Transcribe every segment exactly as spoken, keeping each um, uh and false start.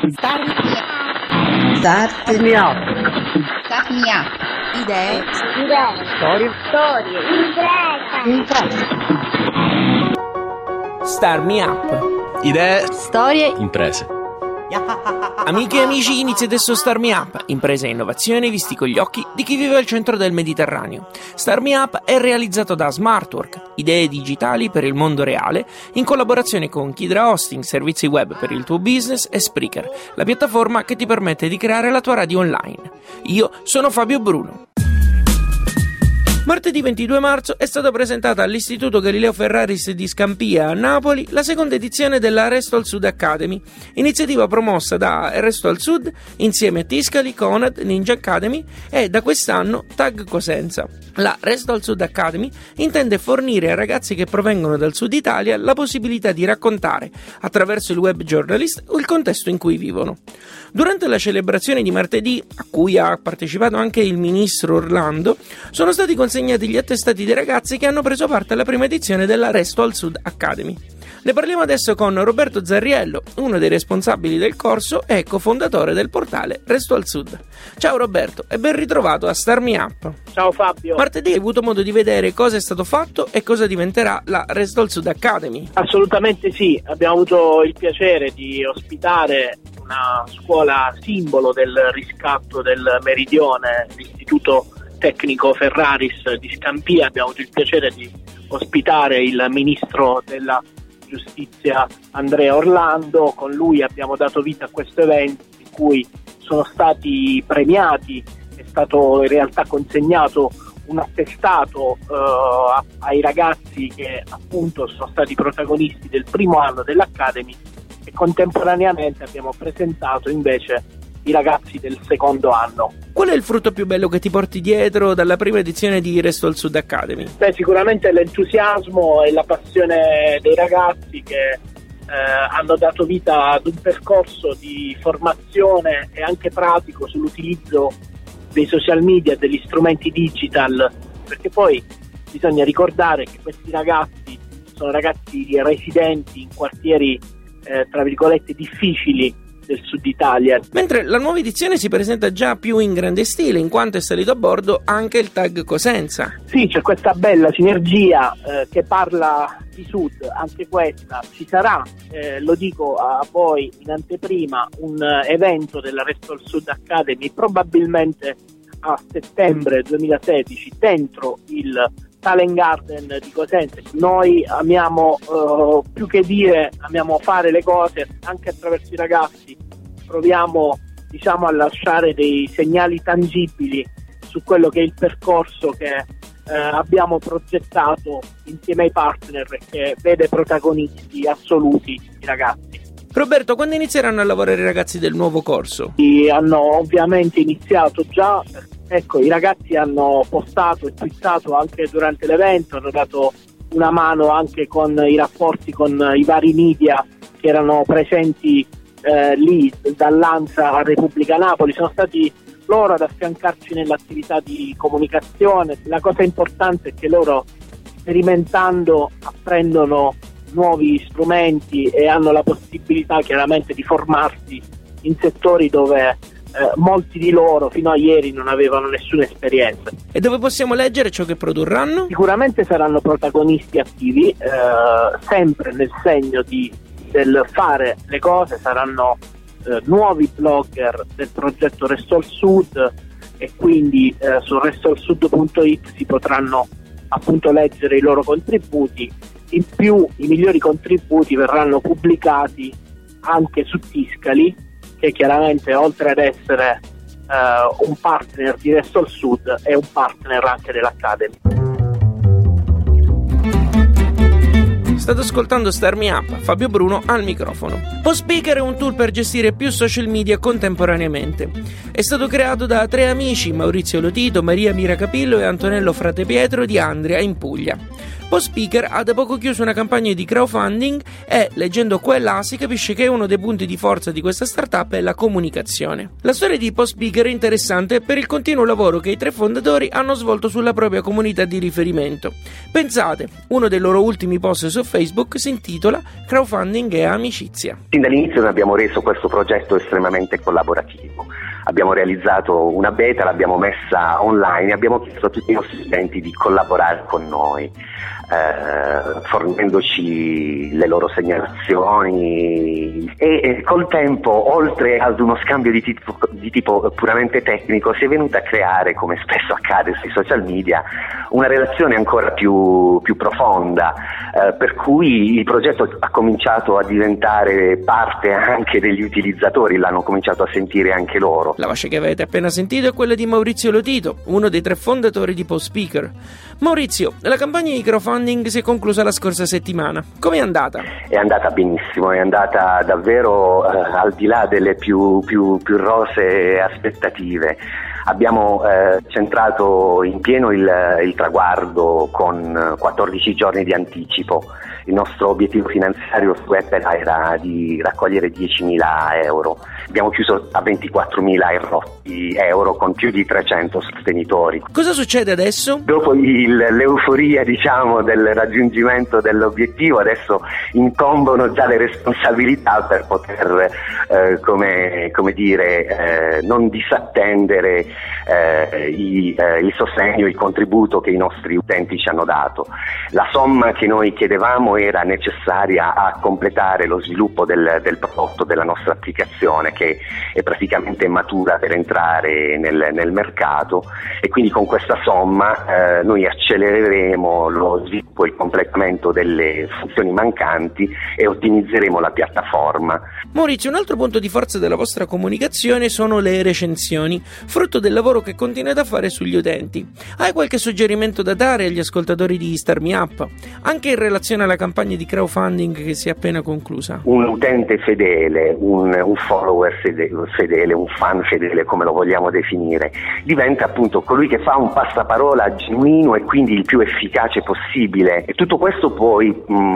Start Start me up. Start me up. Idee. Idee. Storie. Storie. Impresa. Impresa. Start me up. Idee. Storie. Imprese. Amiche e amici, inizia adesso Start Me Up, impresa e innovazione visti con gli occhi di chi vive al centro del Mediterraneo. Start Me Up è realizzato da Smartwork, idee digitali per il mondo reale, in collaborazione con Kidra Hosting, servizi web per il tuo business, e Spreaker, la piattaforma che ti permette di creare la tua radio online. Io sono Fabio Bruno. Martedì ventidue marzo è stata presentata all'Istituto Galileo Ferraris di Scampia a Napoli la seconda edizione della Resto al Sud Academy, iniziativa promossa da Resto al Sud insieme a Tiscali, Conad, Ninja Academy e da quest'anno Tag Cosenza. La Resto al Sud Academy intende fornire ai ragazzi che provengono dal Sud Italia la possibilità di raccontare, attraverso il web journalist, il contesto in cui vivono. Durante la celebrazione di martedì, a cui ha partecipato anche il ministro Orlando, sono stati consegnati gli attestati dei ragazzi che hanno preso parte alla prima edizione della Resto al Sud Academy. Ne parliamo adesso con Roberto Zarriello, uno dei responsabili del corso e cofondatore del portale Resto al Sud. Ciao Roberto e ben ritrovato a Start Me Up. Ciao Fabio. Martedì hai avuto modo di vedere cosa è stato fatto e cosa diventerà la Resto al Sud Academy? Assolutamente sì, abbiamo avuto il piacere di ospitare una scuola simbolo del riscatto del Meridione, l'Istituto Tecnico Ferraris di Scampia. Abbiamo avuto il piacere di ospitare il ministro della Giustizia Andrea Orlando. Con lui abbiamo dato vita a questo evento in cui sono stati premiati, è stato in realtà consegnato un attestato uh, ai ragazzi che appunto sono stati protagonisti del primo anno dell'Academy, e contemporaneamente abbiamo presentato invece i ragazzi del secondo anno. Qual è il frutto più bello che ti porti dietro dalla prima edizione di Resto al Sud Academy? Beh, sicuramente l'entusiasmo e la passione dei ragazzi che eh, hanno dato vita ad un percorso di formazione e anche pratico sull'utilizzo dei social media e degli strumenti digital, perché poi bisogna ricordare che questi ragazzi sono ragazzi residenti in quartieri eh, tra virgolette difficili del Sud Italia. Mentre la nuova edizione si presenta già più in grande stile, in quanto è salito a bordo anche il Tag Cosenza. Sì, c'è questa bella sinergia eh, che parla di Sud, anche questa. Ci sarà, eh, lo dico a voi in anteprima, un uh, evento della Resto al Sud Academy, probabilmente a settembre duemilasedici, dentro il Talent Garden di Cosenza. Noi amiamo uh, più che dire, amiamo fare le cose anche attraverso i ragazzi, proviamo diciamo a lasciare dei segnali tangibili su quello che è il percorso che uh, abbiamo progettato insieme ai partner, che vede protagonisti assoluti i ragazzi. Roberto, quando inizieranno a lavorare i ragazzi del nuovo corso? I hanno ovviamente iniziato già. Ecco, i ragazzi hanno postato e twittato anche durante l'evento, hanno dato una mano anche con i rapporti con i vari media che erano presenti eh, lì, dall'Ansa a Repubblica Napoli. Sono stati loro ad affiancarci nell'attività di comunicazione. La cosa importante è che loro, sperimentando, apprendono nuovi strumenti e hanno la possibilità chiaramente di formarsi in settori dove Eh, molti di loro fino a ieri non avevano nessuna esperienza. E dove possiamo leggere ciò che produrranno? Sicuramente saranno protagonisti attivi, eh, sempre nel segno di, del fare le cose. Saranno eh, nuovi blogger del progetto Resto al Sud, e quindi eh, su resto al sud punto it si potranno appunto leggere i loro contributi. In più i migliori contributi verranno pubblicati anche su Tiscali, che chiaramente oltre ad essere uh, un partner di Resto al Sud è un partner anche dell'Academy. State ascoltando Start Me Up, Fabio Bruno al microfono. PostSpeaker è un tool per gestire più social media contemporaneamente. È stato creato da tre amici, Maurizio Lotito, Maria Miracapillo e Antonello Frate Pietro di Andria in Puglia. PostSpeaker ha da poco chiuso una campagna di crowdfunding e, leggendo qua e là, si capisce che uno dei punti di forza di questa startup è la comunicazione. La storia di PostSpeaker è interessante per il continuo lavoro che i tre fondatori hanno svolto sulla propria comunità di riferimento. Pensate, uno dei loro ultimi post su Facebook si intitola Crowdfunding e amicizia. Sin dall'inizio noi abbiamo reso questo progetto estremamente collaborativo. Abbiamo realizzato una beta, l'abbiamo messa online e abbiamo chiesto a tutti i nostri studenti di collaborare con noi, eh, fornendoci le loro segnalazioni e, e col tempo, oltre ad uno scambio di tipo, di tipo puramente tecnico, si è venuta a creare, come spesso accade sui social media, una relazione ancora più, più profonda, eh, per cui il progetto ha cominciato a diventare parte anche degli utilizzatori, l'hanno cominciato a sentire anche loro. La voce che avete appena sentito è quella di Maurizio Lotito, uno dei tre fondatori di PostSpeaker. Maurizio, la campagna di crowdfunding si è conclusa la scorsa settimana. Com'è andata? È andata benissimo, è andata davvero eh, al di là delle più, più, più rosee aspettative. Abbiamo eh, centrato in pieno il, il traguardo con quattordici giorni di anticipo. Il nostro obiettivo finanziario su Apple era di raccogliere diecimila euro. Abbiamo chiuso a ventiquattromila euro con più di trecento sostenitori. Cosa succede adesso? Dopo il, l'euforia, diciamo, del raggiungimento dell'obiettivo, adesso incombono già le responsabilità per poter, eh, come, come dire, eh, non disattendere eh, i, eh, il sostegno, il contributo che i nostri utenti ci hanno dato. La somma che noi chiedevamo era necessaria a completare lo sviluppo del, del prodotto, della nostra applicazione, che è praticamente matura per entrare nel, nel mercato, e quindi con questa somma eh, noi accelereremo lo sviluppo e il completamento delle funzioni mancanti e ottimizzeremo la piattaforma. Maurizio, un altro punto di forza della vostra comunicazione sono le recensioni, frutto del lavoro che continuate a fare sugli utenti. Hai qualche suggerimento da dare agli ascoltatori di Start Me Up, anche in relazione alla campagna di crowdfunding che si è appena conclusa? Un utente fedele, un, un follower fedele, un fan fedele, come lo vogliamo definire, diventa appunto colui che fa un passaparola genuino e quindi il più efficace possibile. E tutto questo poi,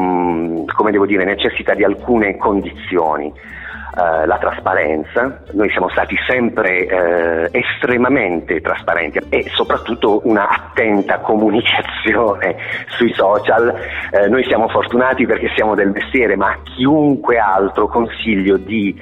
mh, come devo dire, necessita di alcune condizioni. Uh, la trasparenza, noi siamo stati sempre uh, estremamente trasparenti e soprattutto una attenta comunicazione sui social. Uh, noi siamo fortunati perché siamo del mestiere, ma a chiunque altro consiglio di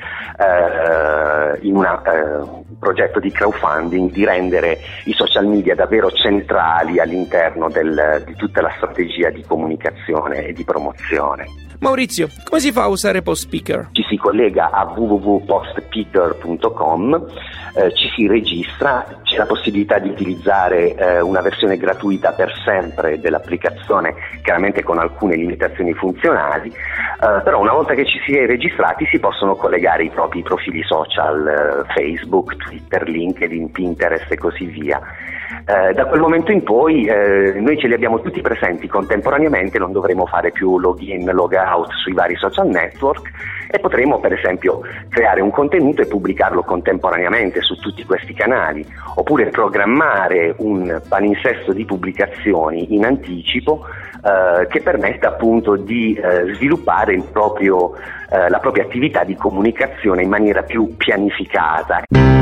uh, in una, uh, un progetto di crowdfunding di rendere i social media davvero centrali all'interno del, di tutta la strategia di comunicazione e di promozione. Maurizio, come si fa a usare PostSpeaker? Ci si collega a w w w punto postspeaker punto com, eh, ci si registra, c'è la possibilità di utilizzare eh, una versione gratuita per sempre dell'applicazione, chiaramente con alcune limitazioni funzionali, eh, però una volta che ci si è registrati si possono collegare i propri profili social, eh, Facebook, Twitter, LinkedIn, Pinterest e così via. Eh, da quel momento in poi eh, noi ce li abbiamo tutti presenti contemporaneamente, non dovremo fare più login, logout sui vari social network e potremo per esempio creare un contenuto e pubblicarlo contemporaneamente su tutti questi canali, oppure programmare un palinsesto di pubblicazioni in anticipo eh, che permetta appunto di eh, sviluppare il proprio, eh, la propria attività di comunicazione in maniera più pianificata.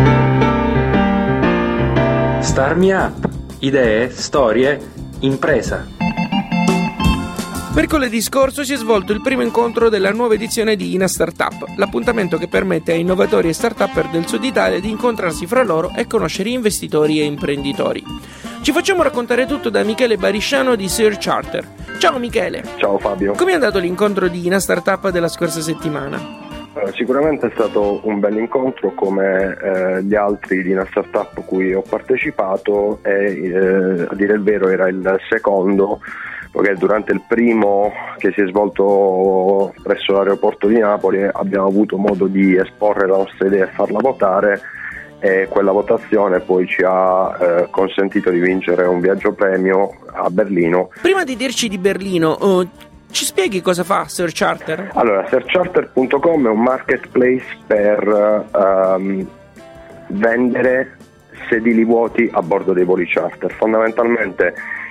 Start Me Up. Idee, storie, impresa. Mercoledì scorso si è svolto il primo incontro della nuova edizione di Ina Startup, l'appuntamento che permette a innovatori e start-upper del Sud Italia di incontrarsi fra loro e conoscere investitori e imprenditori. Ci facciamo raccontare tutto da Michele Barisciano di SearCharter. Ciao Michele. Ciao Fabio. Come è andato l'incontro di Ina Startup della scorsa settimana? Eh, sicuramente è stato un bel incontro, come eh, gli altri di una startup a cui ho partecipato, e eh, a dire il vero era il secondo, perché durante il primo, che si è svolto presso l'aeroporto di Napoli, abbiamo avuto modo di esporre la nostra idea e farla votare, e quella votazione poi ci ha eh, consentito di vincere un viaggio premio a Berlino. Prima di dirci di Berlino, uh, ci spieghi cosa fa SearCharter? Allora, searcharter punto com è un marketplace per um, vendere sedili vuoti a bordo dei voli charter. Fondamentalmente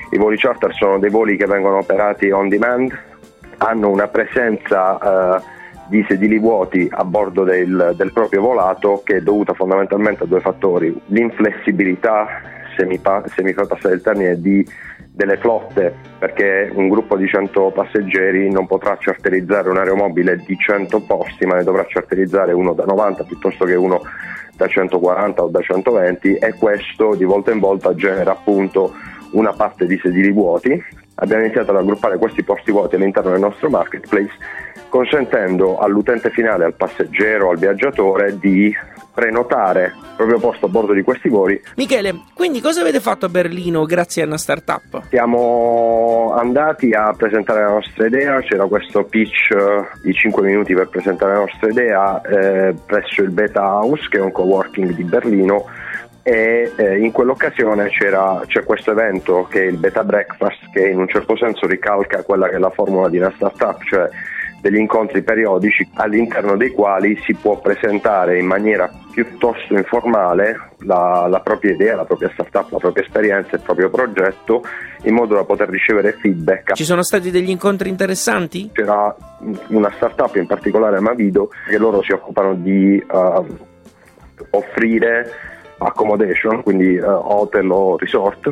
I voli charter sono dei voli che vengono operati on demand, hanno una presenza eh, di sedili vuoti a bordo del, del proprio volato, che è dovuta fondamentalmente a due fattori: l'inflessibilità, se mi, pa- se mi fa passare il termine, di, delle flotte, perché un gruppo di cento passeggeri non potrà charterizzare un aeromobile di cento posti, ma ne dovrà charterizzare uno da novanta piuttosto che uno da centoquaranta o da centoventi, e questo di volta in volta genera appunto una parte di sedili vuoti. Abbiamo iniziato ad raggruppare questi posti vuoti all'interno del nostro marketplace, consentendo all'utente finale, al passeggero, al viaggiatore, di prenotare il proprio posto a bordo di questi voli. Michele, quindi cosa avete fatto a Berlino grazie a una startup? Siamo andati a presentare la nostra idea, c'era questo pitch di cinque minuti per presentare la nostra idea eh, presso il Beta House, che è un coworking di Berlino, e eh, in quell'occasione c'era, c'è questo evento che è il Beta Breakfast, che in un certo senso ricalca quella che è la formula di una startup, cioè degli incontri periodici all'interno dei quali si può presentare in maniera piuttosto informale la, la propria idea, la propria startup, la propria esperienza, il proprio progetto, in modo da poter ricevere feedback. Ci sono stati degli incontri interessanti? C'era una startup, in particolare Mavido, che loro si occupano di uh, offrire accommodation, quindi uh, hotel o resort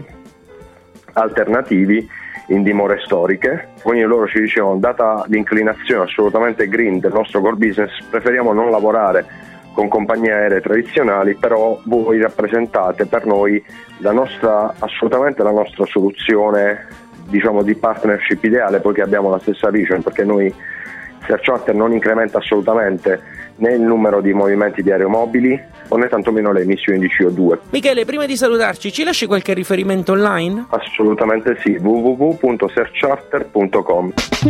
alternativi in dimore storiche. Quindi loro ci dicevano: data l'inclinazione assolutamente green del nostro core business, preferiamo non lavorare con compagnie aeree tradizionali, però voi rappresentate per noi la nostra, assolutamente la nostra soluzione, diciamo, di partnership ideale, poiché abbiamo la stessa vision, perché noi SerCharter non incrementa assolutamente né il numero di movimenti di aeromobili o né tantomeno le emissioni di C O due. Michele, prima di salutarci, ci lasci qualche riferimento online? Assolutamente sì, w w w punto sercharter punto com.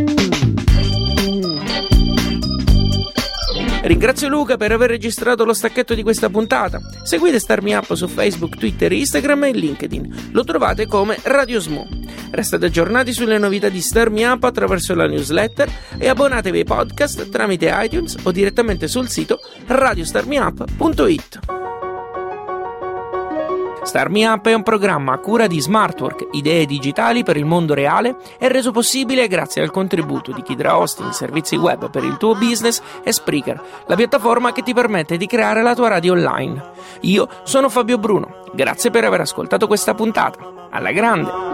Ringrazio Luca per aver registrato lo stacchetto di questa puntata. Seguite Starmi Up su Facebook, Twitter, Instagram e LinkedIn. Lo trovate come Radio Smo. Restate aggiornati sulle novità di Starmi Up attraverso la newsletter e abbonatevi ai podcast tramite iTunes o direttamente sul sito radio starmi up punto it. Starmi Up è un programma a cura di Smartwork, idee digitali per il mondo reale, e reso possibile grazie al contributo di Kidra Hosting, servizi web per il tuo business, e Spreaker, la piattaforma che ti permette di creare la tua radio online. Io sono Fabio Bruno, grazie per aver ascoltato questa puntata. Alla grande!